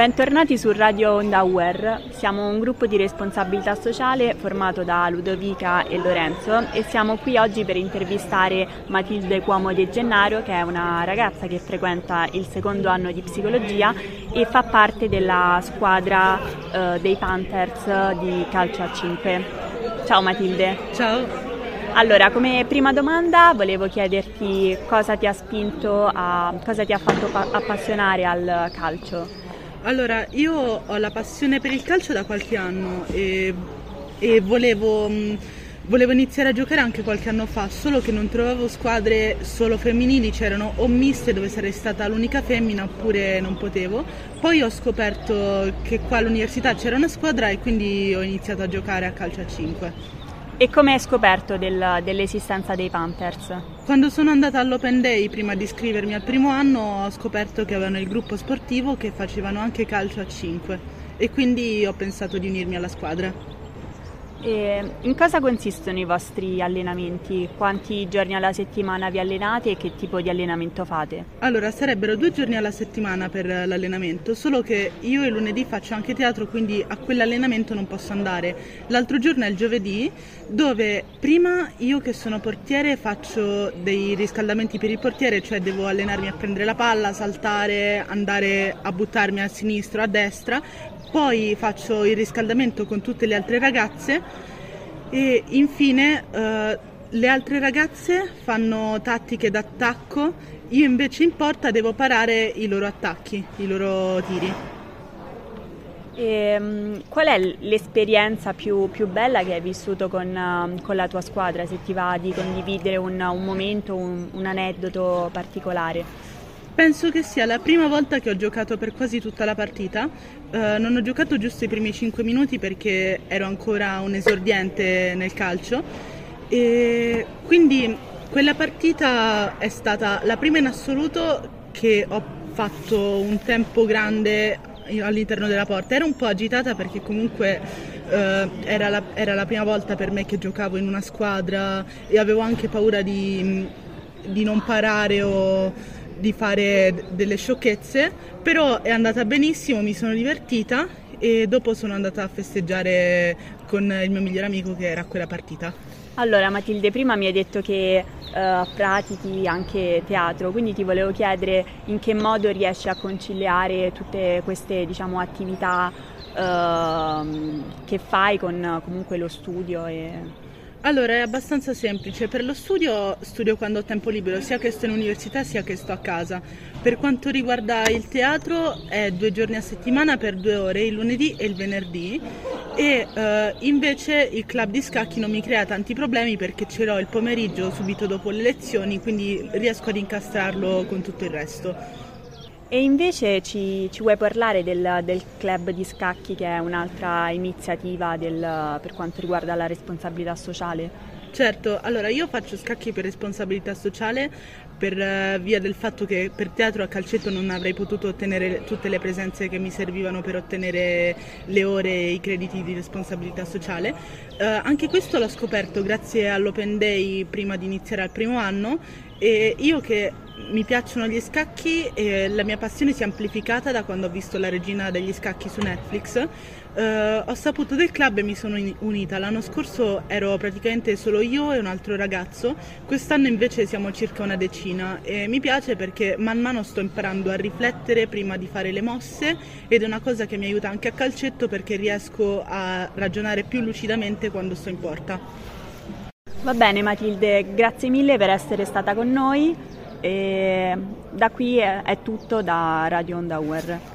Bentornati su Radio Onda UER. Siamo un gruppo di responsabilità sociale formato da Ludovica e Lorenzo e siamo qui oggi per intervistare Matilde Cuomo De Gennaro, che è una ragazza che frequenta il secondo anno di psicologia e fa parte della squadra dei Panthers di calcio a 5. Ciao Matilde. Ciao. Allora, come prima domanda volevo chiederti cosa ti ha spinto cosa ti ha fatto appassionare al calcio? Allora, io ho la passione per il calcio da qualche anno e volevo iniziare a giocare anche qualche anno fa, solo che non trovavo squadre solo femminili, c'erano o miste dove sarei stata l'unica femmina oppure non potevo. Poi ho scoperto che qua all'università c'era una squadra e quindi ho iniziato a giocare a calcio a 5. E come hai scoperto dell'esistenza dei Panthers? Quando sono andata all'Open Day, prima di iscrivermi al primo anno, ho scoperto che avevano il gruppo sportivo che facevano anche calcio a 5 e quindi ho pensato di unirmi alla squadra. E in cosa consistono i vostri allenamenti? Quanti giorni alla settimana vi allenate e che tipo di allenamento fate? Allora, sarebbero 2 giorni alla settimana per l'allenamento, solo che io il lunedì faccio anche teatro, quindi a quell'allenamento non posso andare. L'altro giorno è il giovedì, dove prima io che sono portiere faccio dei riscaldamenti per il portiere, cioè devo allenarmi a prendere la palla, saltare, andare a buttarmi a sinistra, a destra. Poi faccio il riscaldamento con tutte le altre ragazze e infine le altre ragazze fanno tattiche d'attacco, io invece in porta devo parare i loro attacchi, i loro tiri. E, qual è l'esperienza più bella che hai vissuto con la tua squadra, se ti va di condividere un momento, un aneddoto particolare? Penso che sia la prima volta che ho giocato per quasi tutta la partita. Non ho giocato giusto i primi 5 minuti perché ero ancora un esordiente nel calcio e quindi quella partita è stata la prima in assoluto che ho fatto un tempo grande all'interno della porta. Ero un po' agitata perché comunque era la prima volta per me che giocavo in una squadra e avevo anche paura di non parare o di fare delle sciocchezze, però è andata benissimo, mi sono divertita e dopo sono andata a festeggiare con il mio migliore amico che era a quella partita. Allora Matilde, prima mi hai detto che pratichi anche teatro, quindi ti volevo chiedere in che modo riesci a conciliare tutte queste, diciamo, attività che fai con comunque lo studio Allora, è abbastanza semplice. Per lo studio quando ho tempo libero, sia che sto in università sia che sto a casa. Per quanto riguarda il teatro è 2 giorni a settimana per 2 ore, il lunedì e il venerdì. E invece il club di scacchi non mi crea tanti problemi perché ce l'ho il pomeriggio subito dopo le lezioni, quindi riesco ad incastrarlo con tutto il resto. E invece ci vuoi parlare del club di scacchi, che è un'altra iniziativa per quanto riguarda la responsabilità sociale? Certo, allora io faccio scacchi per responsabilità sociale per via del fatto che per teatro a calcetto non avrei potuto ottenere tutte le presenze che mi servivano per ottenere le ore e i crediti di responsabilità sociale. Anche questo l'ho scoperto grazie all'Open Day prima di iniziare al primo anno e io che mi piacciono gli scacchi e la mia passione si è amplificata da quando ho visto La regina degli scacchi su Netflix. Ho saputo del club e mi sono unita. L'anno scorso ero praticamente solo io e un altro ragazzo, quest'anno invece siamo circa una decina e mi piace perché man mano sto imparando a riflettere prima di fare le mosse ed è una cosa che mi aiuta anche a calcetto perché riesco a ragionare più lucidamente quando sto in porta. Va bene Matilde, grazie mille per essere stata con noi e da qui è tutto da Radio Onda UER.